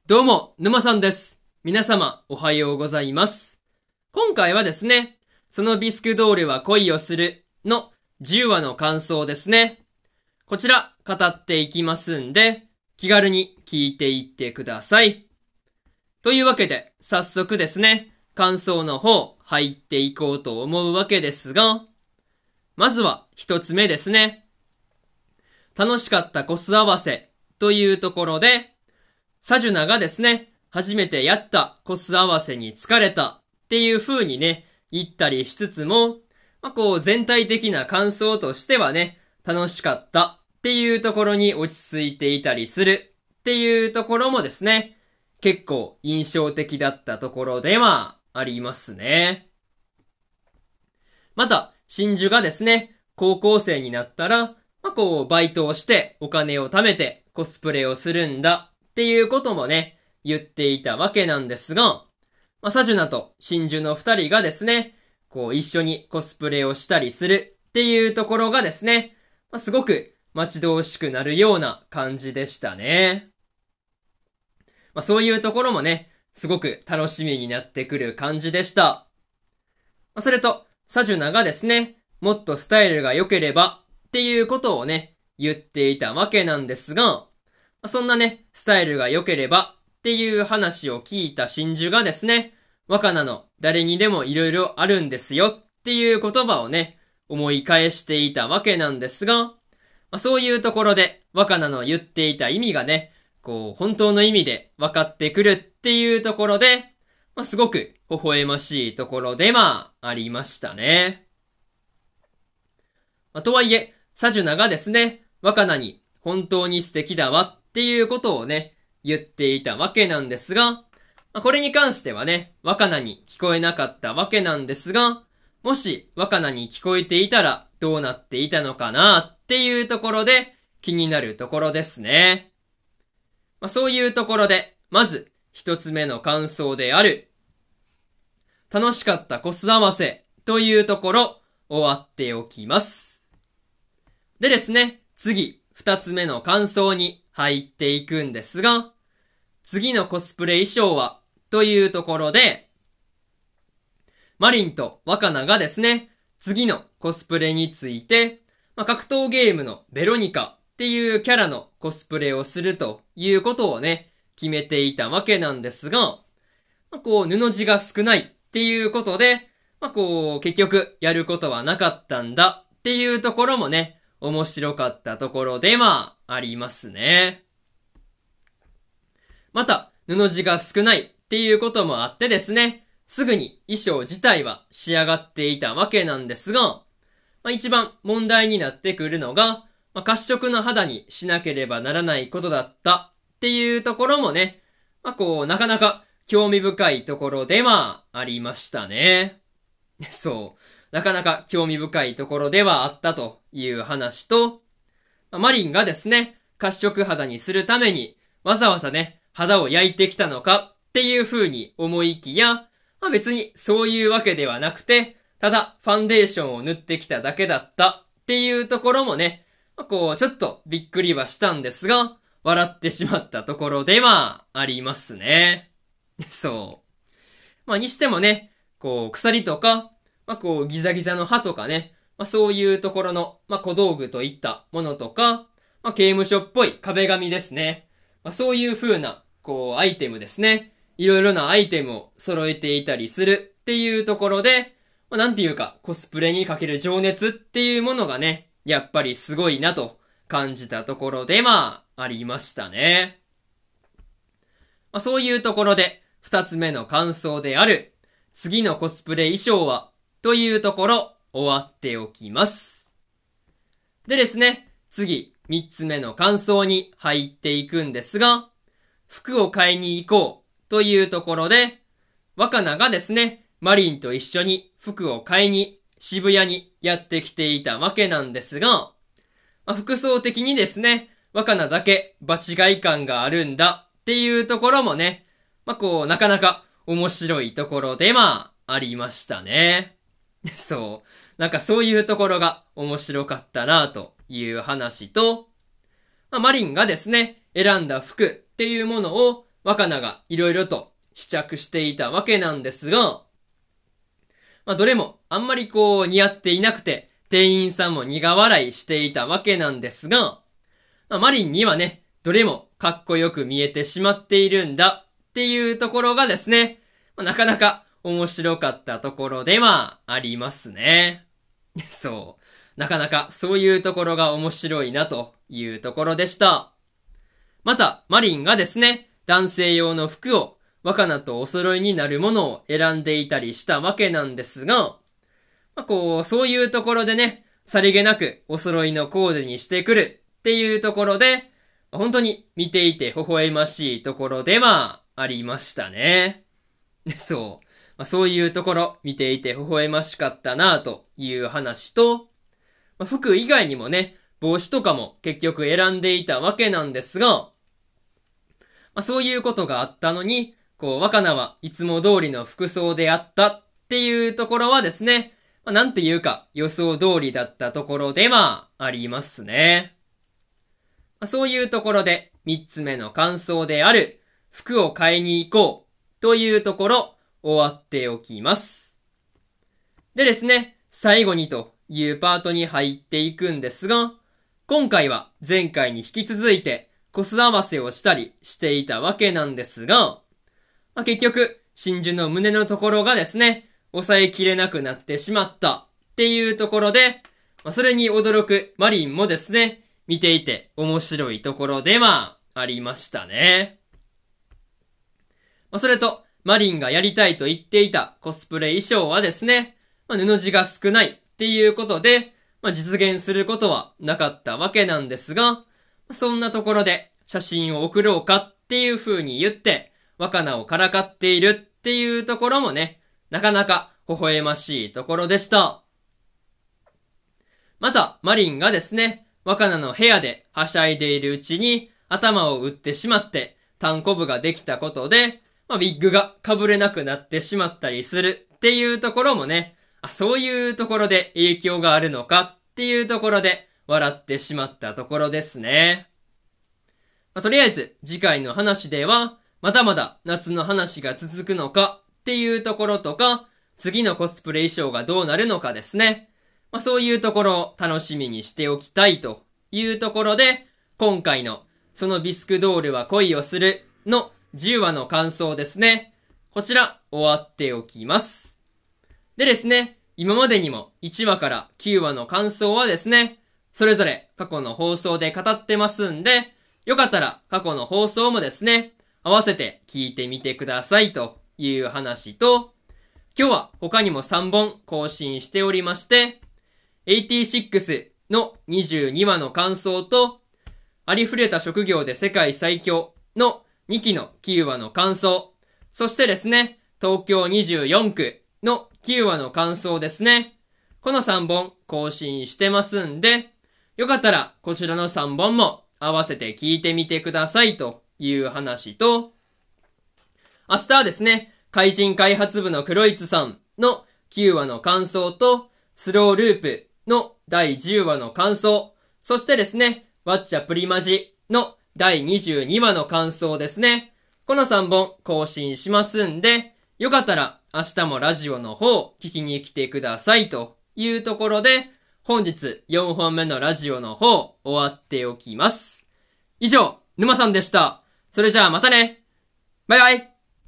どうも、沼さんです。皆様、おはようございます。今回はですね、そのビスクドールは恋をするの10話の感想ですね。こちら、語っていきますんで、気軽に聞いていってください。というわけで、早速ですね、感想の方、入っていこうと思うわけですが、まずは一つ目ですね。楽しかったコス合わせというところで、サジュナがですね、初めてやったコス合わせに疲れたっていう風にね、言ったりしつつも、全体的な感想としてはね、楽しかったっていうところに落ち着いていたりするっていうところもですね、結構印象的だったところではありますね。また、真珠がですね、高校生になったら、バイトをしてお金を貯めてコスプレをするんだっていうこともね、言っていたわけなんですが、サジュナと真珠の二人がですね、一緒にコスプレをしたりするっていうところがですね、すごく待ち遠しくなるような感じでしたね。そういうところもね、すごく楽しみになってくる感じでした。それと、サジュナがですね、もっとスタイルが良ければっていうことをね、言っていたわけなんですが、そんなね、スタイルが良ければっていう話を聞いた真珠がですね、若菜の誰にでも色々あるんですよっていう言葉をね、思い返していたわけなんですが、そういうところで若菜の言っていた意味がね、本当の意味で分かってくるっていうところで、すごく微笑ましいところでありましたね。とはいえ、サジュナがですね、若菜に本当に素敵だわっていうことをね、言っていたわけなんですが、これに関してはね、若菜に聞こえなかったわけなんですが、もし若菜に聞こえていたらどうなっていたのかなっていうところで気になるところですね。そういうところで、まず一つ目の感想である、楽しかったコス合わせというところ終わっておきます。でですね、次、二つ目の感想に入っていくんですが、次のコスプレ衣装はというところで、マリンと若菜がですね、次のコスプレについて、格闘ゲームのベロニカっていうキャラのコスプレをするということをね、決めていたわけなんですが、布地が少ないっていうことで、結局やることはなかったんだっていうところもね、面白かったところでありますね。また、布地が少ないっていうこともあってですね、すぐに衣装自体は仕上がっていたわけなんですが、一番問題になってくるのが、褐色の肌にしなければならないことだったっていうところもね、なかなか興味深いところでありましたね。そう。なかなか興味深いところではあったという話と、マリンがですね、褐色肌にするために、わざわざね、肌を焼いてきたのかっていう風に思いきや、別にそういうわけではなくて、ただファンデーションを塗ってきただけだったっていうところもね、ちょっとびっくりはしたんですが、笑ってしまったところでありますね。そう。にしてもね、鎖とか、ギザギザの刃とかね、そういうところの、小道具といったものとか、刑務所っぽい壁紙ですね。そういう風な、アイテムですね。いろいろなアイテムを揃えていたりするっていうところで、なんていうか、コスプレにかける情熱っていうものがね、やっぱりすごいなと感じたところでありましたね。そういうところで、二つ目の感想である、次のコスプレ衣装は、というところ、終わっておきます。でですね、次、三つ目の感想に入っていくんですが、服を買いに行こう、というところで、若菜がですね、マリンと一緒に服を買いに渋谷にやってきていたわけなんですが、服装的にですね、若菜だけ場違い感があるんだっていうところもね、なかなか面白いところでありましたね。そう。なんかそういうところが面白かったなという話と、マリンがですね、選んだ服っていうものを、 若菜が色々と試着していたわけなんですが、どれもあんまり似合っていなくて、店員さんも苦笑いしていたわけなんですが、マリンにはね、どれもかっこよく見えてしまっているんだっていうところがですね、なかなか面白かったところではありますね。そう。なかなかそういうところが面白いなというところでした。また、マリンがですね、男性用の服を若菜とお揃いになるものを選んでいたりしたわけなんですが、そういうところでね、さりげなくお揃いのコーデにしてくるっていうところで、本当に見ていて微笑ましいところではありましたね。そう。そういうところ見ていて微笑ましかったなという話と、服以外にもね、帽子とかも結局選んでいたわけなんですが、そういうことがあったのに、若菜はいつも通りの服装であったっていうところはですね、なんていうか予想通りだったところではありますね。そういうところで3つ目の感想である服を買いに行こうというところ終わっておきます。でですね、最後にというパートに入っていくんですが、今回は前回に引き続いてコス合わせをしたりしていたわけなんですが、結局真珠の胸のところがですね、抑えきれなくなってしまったっていうところで、それに驚くマリンもですね、見ていて面白いところではありましたね。それと、マリンがやりたいと言っていたコスプレ衣装はですね、布地が少ないっていうことで、実現することはなかったわけなんですが、そんなところで写真を送ろうかっていう風に言って、若菜をからかっているっていうところもね、なかなか微笑ましいところでした。また、マリンがですね、若菜の部屋ではしゃいでいるうちに頭を打ってしまって、単コブができたことで、ウィッグが被れなくなってしまったりするっていうところもね、そういうところで影響があるのかっていうところで笑ってしまったところですね。とりあえず次回の話では、まだまだ夏の話が続くのかっていうところとか、次のコスプレ衣装がどうなるのかですね。そういうところを楽しみにしておきたいというところで、今回のそのビスクドールは恋をするの10話の感想ですね。こちら終わっておきます。でですね、今までにも1話から9話の感想はですね、それぞれ過去の放送で語ってますんで、よかったら過去の放送もですね、合わせて聞いてみてくださいという話と、今日は他にも3本更新しておりまして、86の22話の感想と、ありふれた職業で世界最強の2期の9話の感想、そしてですね、東京24区の9話の感想ですね。この3本更新してますんで、よかったらこちらの3本も合わせて聞いてみてくださいという話と、明日はですね、怪人開発部のクロイツさんの9話の感想と、スローループの第10話の感想、そしてですね、ワッチャプリマジの第22話の感想ですね。この3本更新しますんで、よかったら明日もラジオの方聞きに来てくださいというところで、本日4本目のラジオの方終わっておきます。以上、沼さんでした。それじゃあまたね。バイバイ。